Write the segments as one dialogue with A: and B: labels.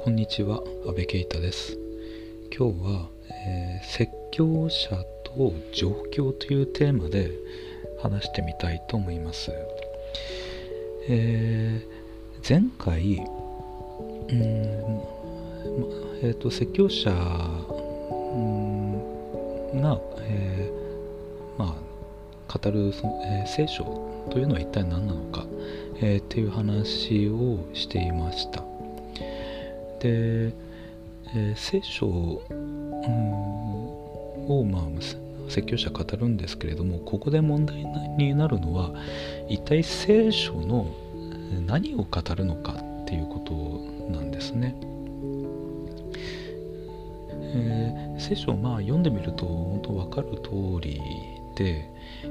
A: こんにちは、阿部啓太です。今日は、説教者と状況というテーマで話してみたいと思います。前回、説教者、が、語る聖書というのは一体何なのか、っていう話をしていました。で、聖書を、説教者は語るんですけれども、ここで問題になるのは一体聖書の何を語るのかっていうことなんですね。聖書を読んでみると本当分かる通りで、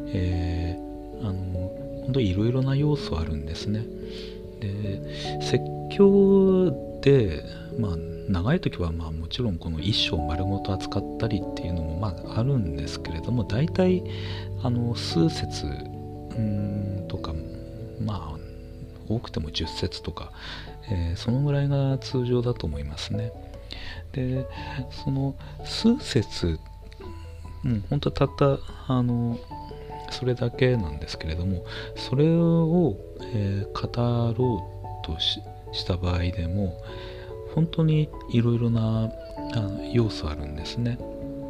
A: 本当にいろいろな要素あるんですね。で、説教で、長い時はもちろんこの一章丸ごと扱ったりっていうのもあるんですけれども、大体数節とか、多くても10節とか、そのぐらいが通常だと思いますね。で、その数節、本当たったそれだけなんですけれども、それを、語ろうとした場合でも本当にいろいろな要素あるんですね。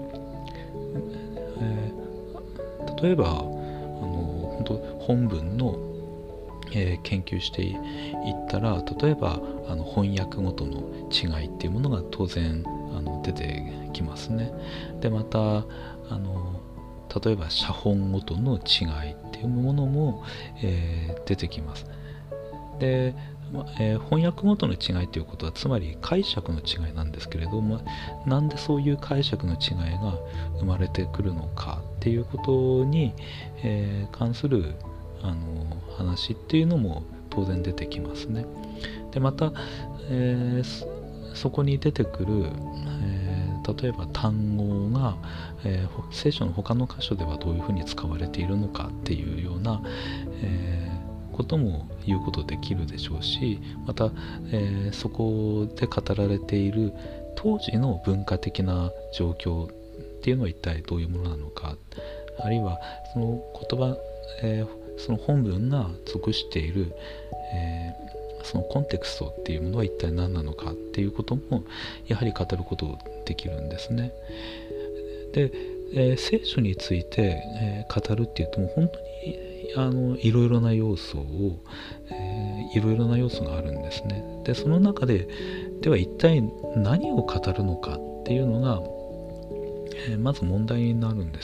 A: 例えば本当本文の、研究していったら、例えば翻訳ごとの違いっていうものが当然出てきますね。でまた例えば写本ごとの違いっていうものも、出てきます。で、翻訳ごとの違いということはつまり解釈の違いなんですけれども、なんでそういう解釈の違いが生まれてくるのかっていうことに、関する話っていうのも当然出てきますね。でまた、そこに出てくる、例えば単語が、聖書の他の箇所ではどういうふうに使われているのかっていうような、ことも言うことできるでしょうし、また、そこで語られている当時の文化的な状況っていうのは一体どういうものなのか、あるいはその言葉、その本文が属している、そのコンテクストっていうものは一体何なのかっていうこともやはり語ることできるんですね。で、聖書について、語るっていうともう本当にいろいろな要素を、いろいろな要素があるんですね。でその中では一体何を語るのかっていうのが、まず問題になるんです。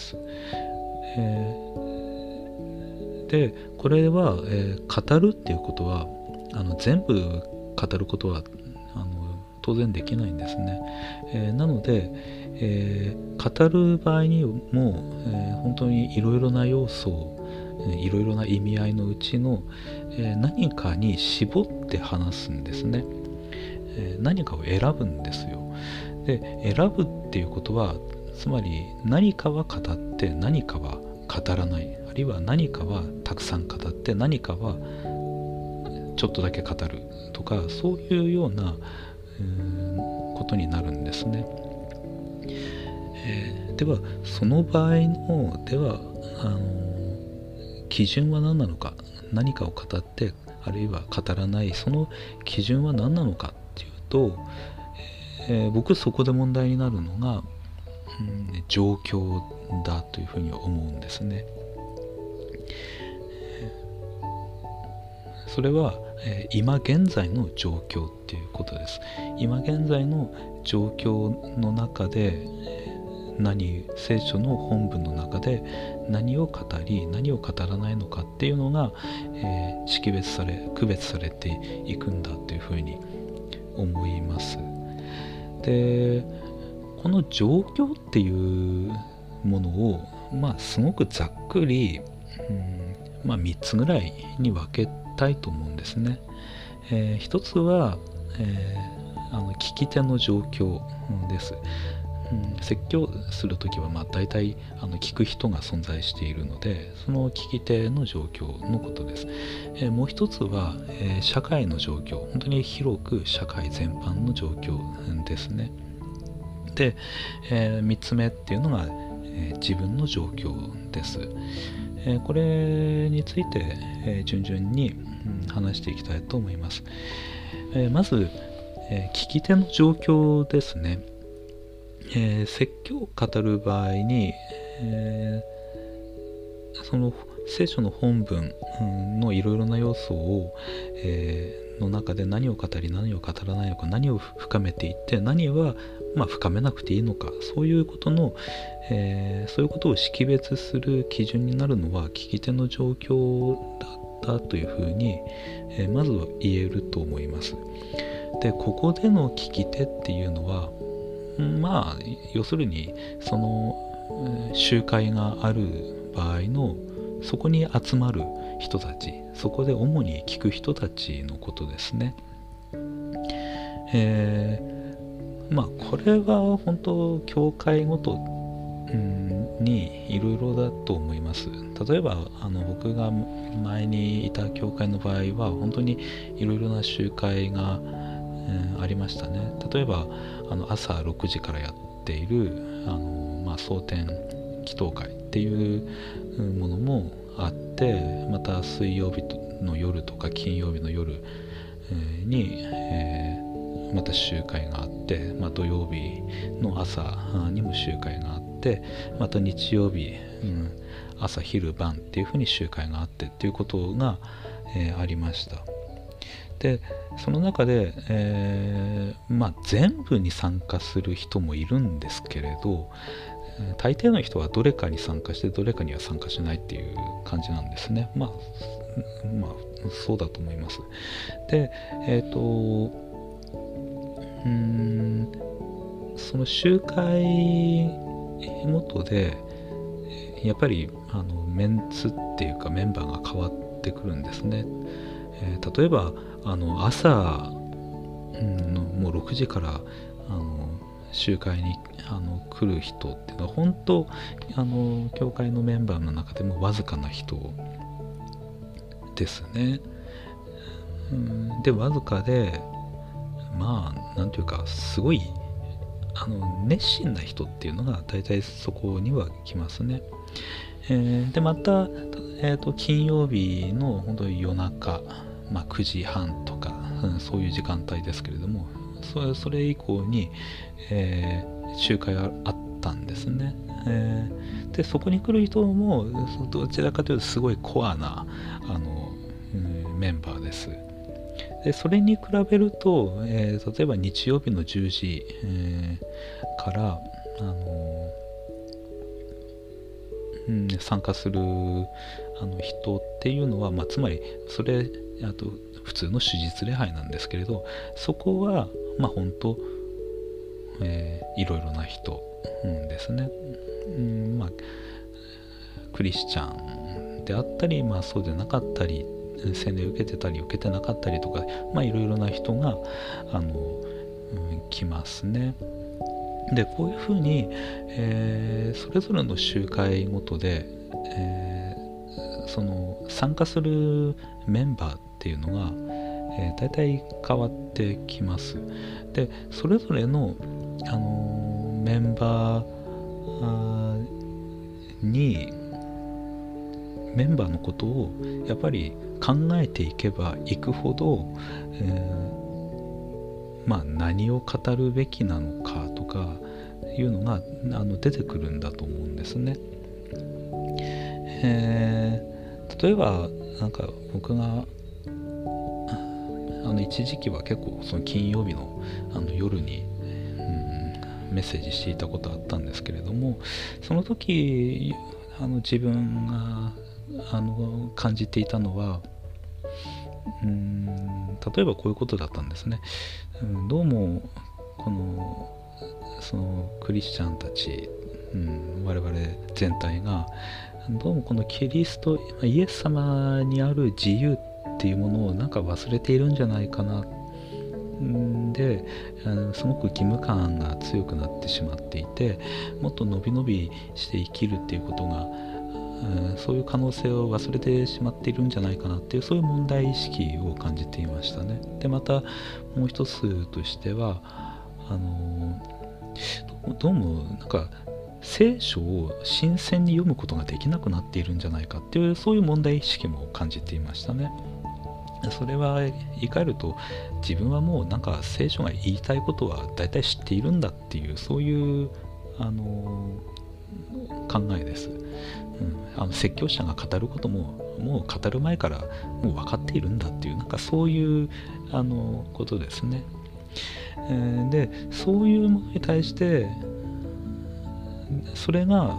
A: でこれは、語るっていうことは全部語ることは当然できないんですね。なので、語る場合にも、本当にいろいろな要素を、いろいろな意味合いのうちの、何かに絞って話すんですね。何かを選ぶんですよ。で選ぶっていうことはつまり何かは語って何かは語らない、あるいは何かはたくさん語って何かはちょっとだけ語るとか、そういうようなことになるんですね。ではその場合の基準は何なのか、何かを語ってあるいは語らない、その基準は何なのかっていうと、僕そこで問題になるのが、状況だというふうに思うんですね。それは、今現在の状況っていうことです。今現在の状況の中で、聖書の本文の中で何を語り何を語らないのかっていうのが、区別されていくんだというふうに思います。でこの状況っていうものをすごくざっくり、3つぐらいに分けたいと思うんですね。一つは、聞き手の状況です。 説教する時は大体聞く人が存在しているので、その聞き手の状況のことです。もう一つは、社会の状況、本当に広く社会全般の状況ですね。で、3つ目っていうのが、自分の状況です。これについて、順々に、話していきたいと思います。まず、聞き手の状況ですね。説教を語る場合に、その聖書の本文のいろいろな要素を、の中で何を語り何を語らないのか、何を深めていって何は深めなくていいのか、そういうことを識別する基準になるのは聞き手の状況だったというふうに、まずは言えると思います。で、ここでの聞き手っていうのは、要するにその集会がある場合のそこに集まる人たち、そこで主に聞く人たちのことですね。これは本当教会ごとにいろいろだと思います。例えば僕が前にいた教会の場合は本当にいろいろな集会が、ありましたね。例えば朝6時からやっている蒼天祈祷会っていうものもあって、また水曜日の夜とか金曜日の夜に、また集会があって、土曜日の朝にも集会があって、また日曜日、朝昼晩っていうふうに集会があってっていうことが、ありました。でその中で、全部に参加する人もいるんですけれど、大抵の人はどれかに参加してどれかには参加しないっていう感じなんですね。そうだと思います。でその集会ごとでやっぱりメンツっていうかメンバーが変わってくるんですね。例えば朝もう6時から集会に来る人っていうのは本当教会のメンバーの中でもわずかな人ですね。でわずかでなんていうかすごい熱心な人っていうのが大体そこには来ますね。でまた、金曜日の本当に夜中、9時半とか、そういう時間帯ですけれども、それ以降に、集会があったんですね。でそこに来る人もどちらかというとすごいコアなメンバーです。でそれに比べると、例えば日曜日の10時、から参加する人っていうのは、つまりあと普通の手術礼拝なんですけれど、そこは本当、いろいろな人、ですね。クリスチャンであったり、そうでなかったり、洗礼受けてたり受けてなかったりとか、いろいろな人が来ますね。でこういうふうに、それぞれの集会ごとで、その参加するメンバーっていうのが、大体変わってきます。でそれぞれの、メンバーにメンバーのことをやっぱり考えていけばいくほど、何を語るべきなのかとかいうのが出てくるんだと思うんですね。例えば僕が一時期は結構その金曜日の夜に、メッセージしていたことあったんですけれども、その時自分が感じていたのは、例えばこういうことだったんですね。どうもそのクリスチャンたち、我々全体がどうもこのキリストイエス様にある自由っていうものを忘れているんじゃないかなっですごく義務感が強くなってしまっていて、もっとのびのびして生きるっていうことが、そういう可能性を忘れてしまっているんじゃないかなっていう、そういう問題意識を感じていましたね。でまたもう一つとしては、どうもなんか聖書を新鮮に読むことができなくなっているんじゃないかっていう、そういう問題意識も感じていましたね。それは言い換えると、自分はもうなんか聖書が言いたいことは大体知っているんだっていう、そういう考えです。説教者が語ることももう語る前からもう分かっているんだっていう、なんかそういうことですね。でそういうものに対して、それが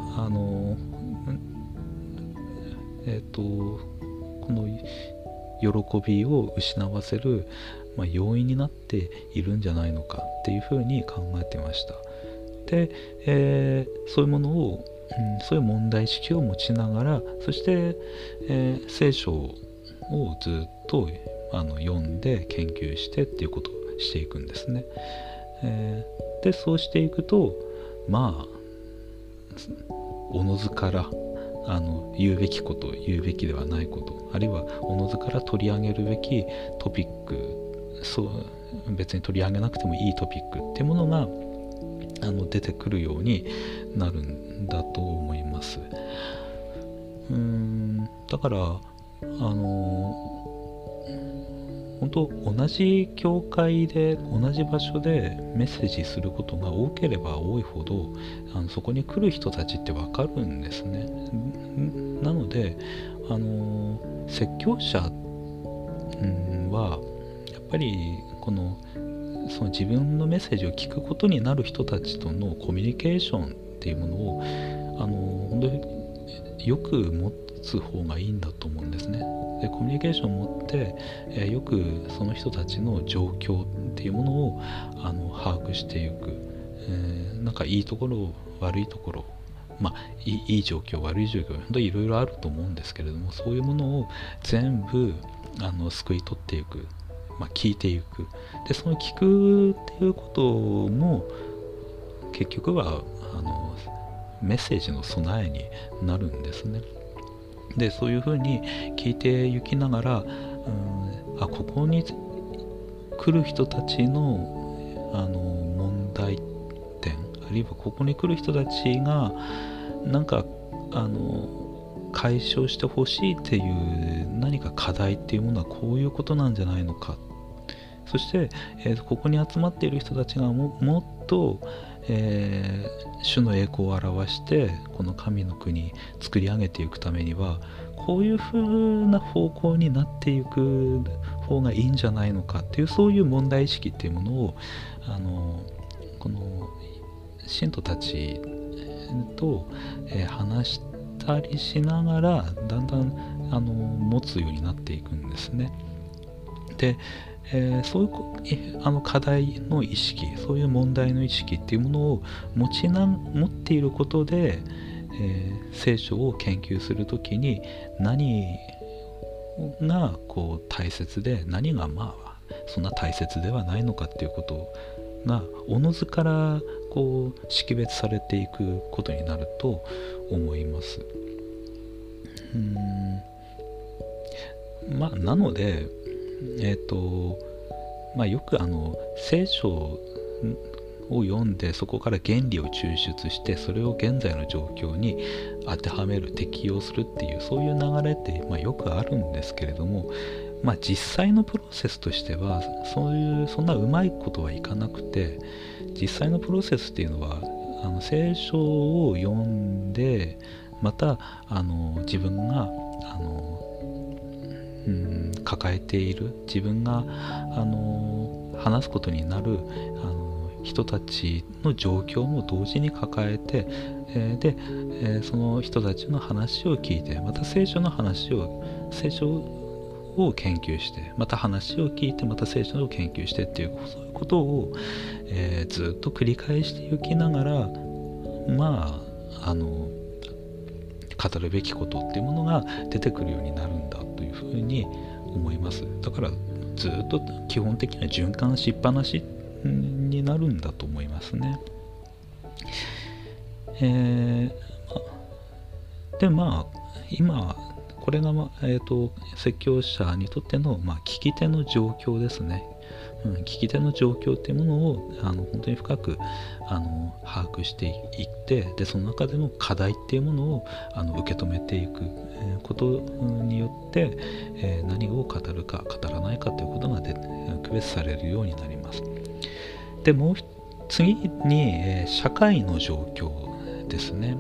A: この喜びを失わせる、要因になっているんじゃないのかっていうふうに考えてました。で、そういうものを、そういう問題意識を持ちながら、そして、聖書をずっと読んで研究してっていうことをしていくんですね。でそうしていくと、おのずから言うべきこと、言うべきではないこと、あるいはおのずから取り上げるべきトピック、別に取り上げなくてもいいトピックっていうものが出てくるようになるんだと思います。だから本当同じ教会で同じ場所でメッセージすることが多ければ多いほど、そこに来る人たちって分かるんですね。なので説教者はやっぱりその自分のメッセージを聞くことになる人たちとのコミュニケーションっていうものを本当によく持つ方がいいんだと思うんですね。でコミュニケーションを持って、よくその人たちの状況っていうものを把握していく、なんかいいところ悪いところ、いい状況悪い状況、本当にいろいろあると思うんですけれども、そういうものを全部すくい取っていく、聞いていく。でその聞くっていうことも結局はメッセージの備えになるんですね。でそういうふうに聞いていきながら、ここに来る人たちの問題点、あるいはここに来る人たちがなんか解消してほしいっていう何か課題っていうものはこういうことなんじゃないのか。そして、ここに集まっている人たちがもっと、主の栄光を表してこの神の国作り上げていくためにはこういうふうな方向になっていく方がいいんじゃないのかっていう、そういう問題意識っていうものをこの信徒たちと、話したりしながらだんだん持つようになっていくんですね。でそういう課題の意識、そういう問題の意識っていうものを持っていることで、聖書を研究するときに何が大切で何がそんな大切ではないのかっていうことがおのずから識別されていくことになると思います。なのでよく聖書を読んでそこから原理を抽出してそれを現在の状況に当てはめる、適用するっていうそういう流れって、よくあるんですけれども、実際のプロセスとしてはそんなうまいことはいかなくて、実際のプロセスっていうのは聖書を読んでまた自分が抱えている、自分が話すことになる人たちの状況も同時に抱えて、その人たちの話を聞いて、また聖書を研究して、また話を聞いて、また聖書を研究してっていう、そういうことを、ずっと繰り返していきながら語るべきことっていうものが出てくるようになるんだというふうに思います。だからずっと基本的には循環しっぱなしになるんだと思いますね。で今これが、説教者にとっての、聞き手の状況ですね。聞き手の状況っていうものを本当に深く把握していって、でその中での課題っていうものを受け止めていくことによって、何を語るか語らないかということが区別されるようになります。でもう次に、社会の状況ですね。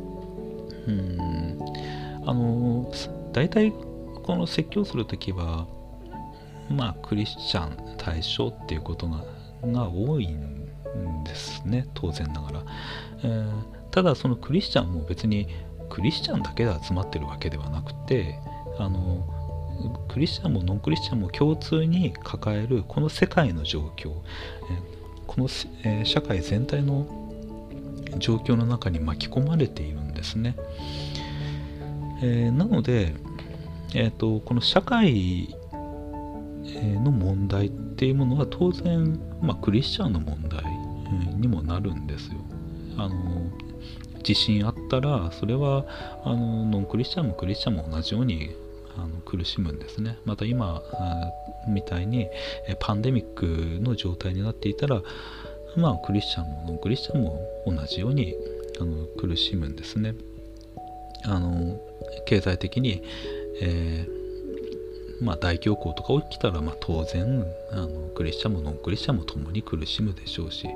A: 大体この説教するときはクリスチャン対象っていうことが多いんですね、当然ながら。ただそのクリスチャンも別にクリスチャンだけで集まってるわけではなくて、クリスチャンもノンクリスチャンも共通に抱えるこの世界の状況、この、社会全体の状況の中に巻き込まれているんですね。なので、この社会の問題っていうものは当然、クリスチャンの問題にもなるんですよ。地震あったらそれはノンクリスチャンもクリスチャンも同じように苦しむんですね。また今みたいにパンデミックの状態になっていたら、クリスチャンもノンクリスチャンも同じように苦しむんですね。経済的に、大恐慌とか起きたら、当然クリスチャンもノンクリスチャンも共に苦しむでしょうし、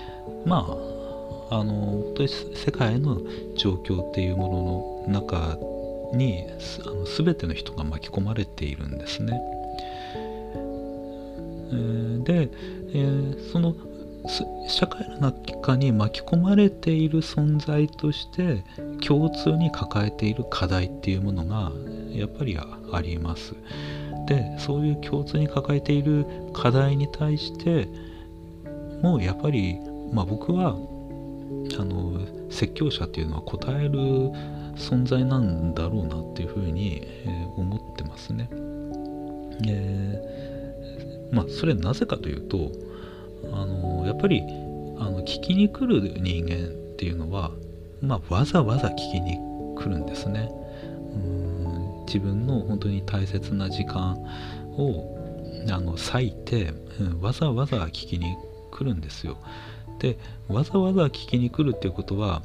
A: 本当に世界の状況っていうものの中に全ての人が巻き込まれているんですね。で、その社会の中に巻き込まれている存在として共通に抱えている課題っていうものがやっぱりあります。でそういう共通に抱えている課題に対してもうやっぱり、僕は説教者っていうのは答える存在なんだろうなっていうふうに、思ってますね。それはなぜかというとやっぱり聞きに来る人間っていうのは、わざわざ聞きに来るんですね。自分の本当に大切な時間を割いて、わざわざ聞きに来るんですよ。でわざわざ聞きに来るっていうことは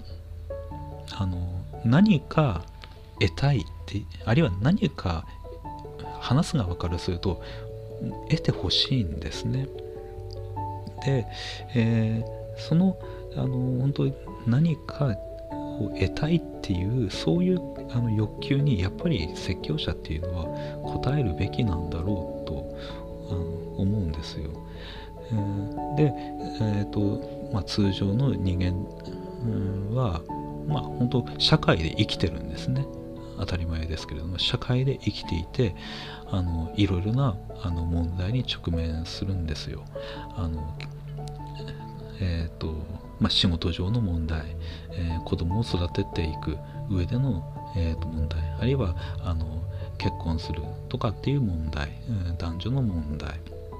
A: 何か得たいって、あるいは何か話すが分からすると得てほしいんですね。で、その本当に何かを得たいっていうそういう欲求にやっぱり説教者っていうのは応えるべきなんだろうと思うんですよ。で、通常の人間は本当社会で生きてるんですね。当たり前ですけれども社会で生きていていろいろな問題に直面するんですよ。仕事上の問題、子供を育てていく上での、問題、あるいは結婚するとかっていう問題、男女の問題、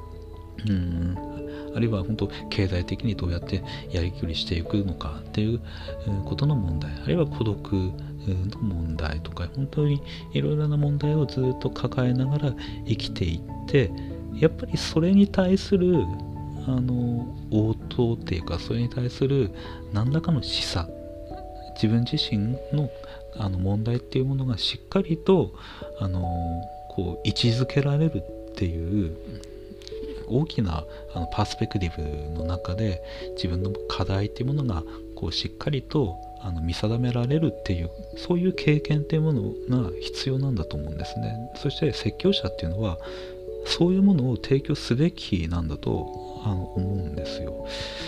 A: あるいは本当経済的にどうやってやりくりしていくのかっていうことの問題、あるいは孤独の問題とか本当にいろいろな問題をずっと抱えながら生きていって、やっぱりそれに対する応答っていうか、それに対する何らかの示唆、自分自身の問題っていうものがしっかりとこう位置づけられるっていう大きなパースペクティブの中で自分の課題っていうものがこうしっかりと見定められるっていう、そういう経験っていうものが必要なんだと思うんですね。そして説教者っていうのはそういうものを提供すべきなんだと思うんですよ。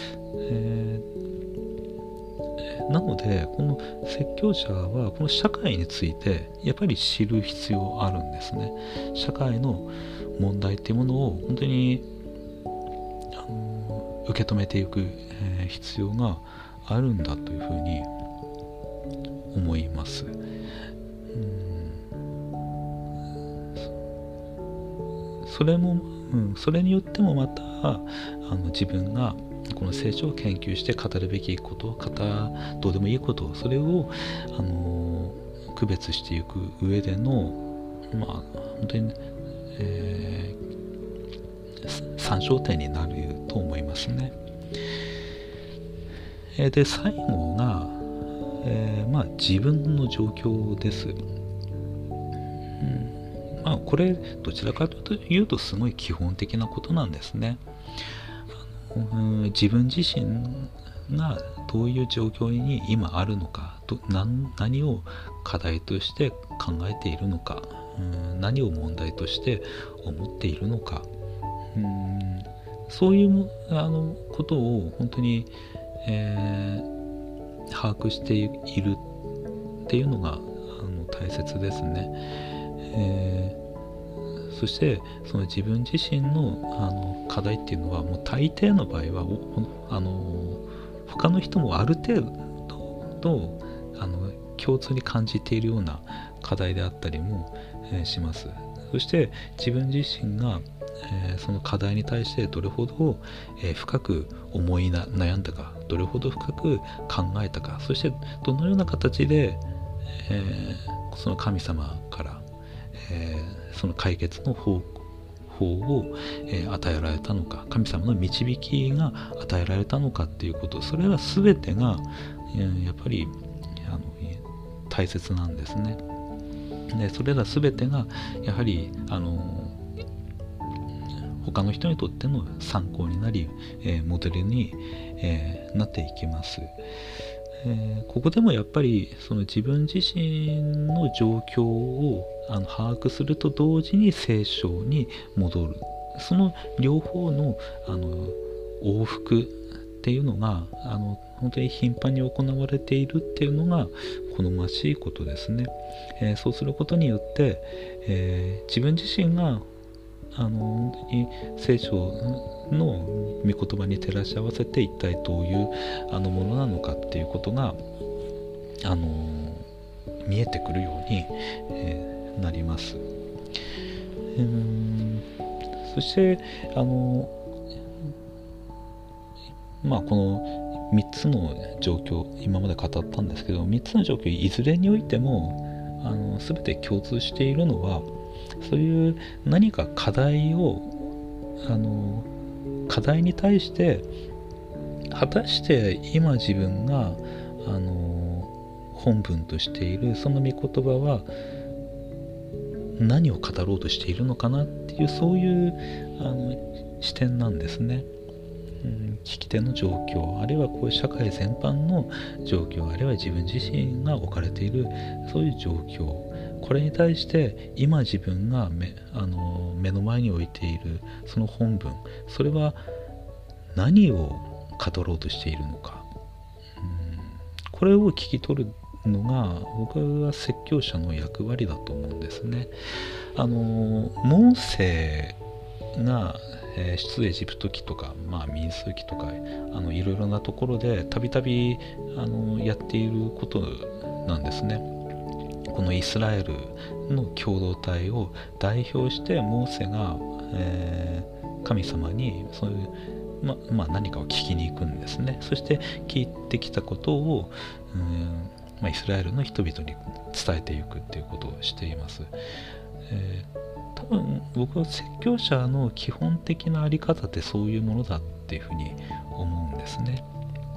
A: なのでこの説教者はこの社会についてやっぱり知る必要あるんですね。社会の問題っていうものを本当に受け止めていく、必要があるんだというふうに思います。それもそれによってもまた自分がこの聖書を研究して語るべきこと、どうでもいいこと、それを区別していく上での本当に、参照点になると思いますね。で最後が、自分の状況です。これどちらかというとすごい基本的なことなんですね。自分自身がどういう状況に今あるのか、何を課題として考えているのか、何を問題として思っているのか、そういうことを本当に、把握しているっていうのが大切ですね。そしてその自分自身の課題っていうのはもう大抵の場合は他の人もある程度共通に感じているような課題であったりも、します。そして自分自身が、その課題に対してどれほど、深く思い悩んだか、どれほど深く考えたか、そしてどのような形で、その神様から、その解決の方法を、与えられたのか、神様の導きが与えられたのかっていうこと、それら全てが、やっぱり大切なんですね。でそれら全てがやはり他の人にとっての参考になり、モデルに、なっていきます。ここでもやっぱりその自分自身の状況を把握すると同時に聖書に戻る、その両方の往復っていうのが本当に頻繁に行われているっていうのが好ましいことですね。そうすることによって、自分自身が本当に聖書の御言葉に照らし合わせて一体どういうものなのかっていうことが見えてくるように、なります。そしてこの3つの状況今まで語ったんですけど、3つの状況いずれにおいても全て共通しているのは、そういう何か課題に対して果たして今自分が本文としているその御言葉は何を語ろうとしているのかなっていう、そういう視点なんですね。聞き手の状況、あるいはこういう社会全般の状況、あるいは自分自身が置かれているそういう状況、これに対して今自分が目の前に置いているその本文、それは何を語ろうとしているのか、これを聞き取るのが僕は説教者の役割だと思うんですね。モーセが出エジプト記とか、民数記とかいろいろなところでたびたびやっていることなんですね。このイスラエルの共同体を代表してモーセが、神様にそういう何かを聞きに行くんですね。そして聞いてきたことをイスラエルの人々に伝えていくっていうことをしています。多分僕は説教者の基本的なあり方ってそういうものだっていうふうに思うんですね。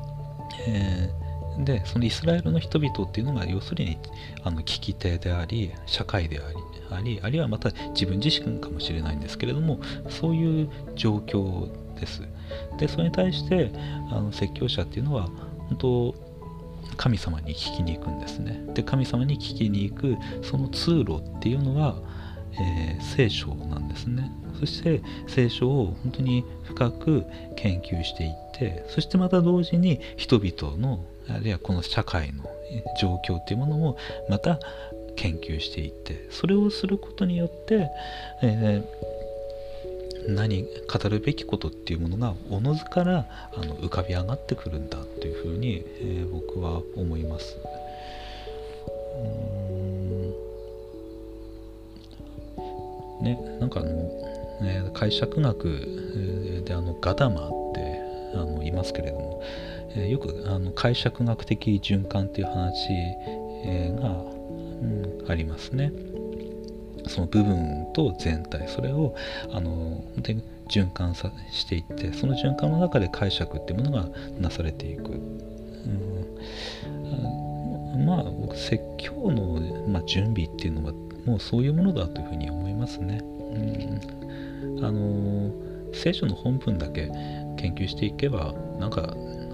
A: でそのイスラエルの人々っていうのが要するに聞き手であり社会でありあるいはまた自分自身かもしれないんですけれども、そういう状況です。でそれに対して説教者っていうのは本当神様に聞きに行くんですね。で神様に聞きに行くその通路っていうのは、聖書なんですね。そして聖書を本当に深く研究していって、そしてまた同時に人々のあるいはこの社会の状況っていうものをまた研究していって、それをすることによって、語るべきことっていうものがおのずから浮かび上がってくるんだというふうに、僕は思います。なんか解釈学でガダマーって言いますけれども、よく解釈学的循環っていう話、が、ありますね。その部分と全体、それを本当に循環していって、その循環の中で解釈っていうものがなされていく。まあ僕説教の、準備っていうのはもうそういうものだというふうに思いますね。聖書の本文だけ研究していけばなんか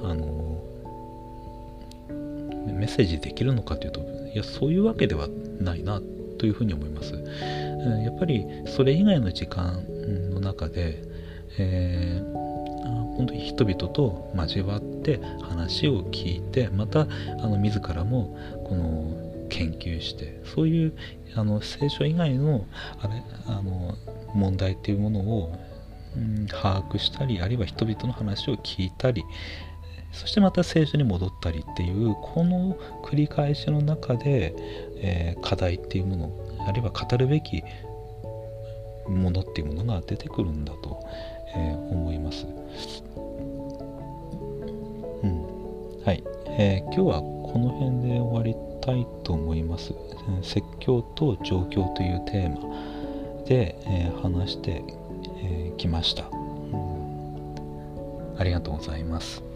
A: メッセージできるのかというと、いやそういうわけではないなというふうに思います。やっぱりそれ以外の時間の中で、本当に人々と交わって話を聞いて、また自らもこの研究して、そういう聖書以外の問題っていうものを、把握したり、あるいは人々の話を聞いたり、そしてまた聖書に戻ったりっていう、この繰り返しの中で、課題っていうもの、あるいは語るべきものっていうものが出てくるんだと、思います。はい、今日はこの辺で終わりたいと思います。説教と状況というテーマで、話してきました。ありがとうございます。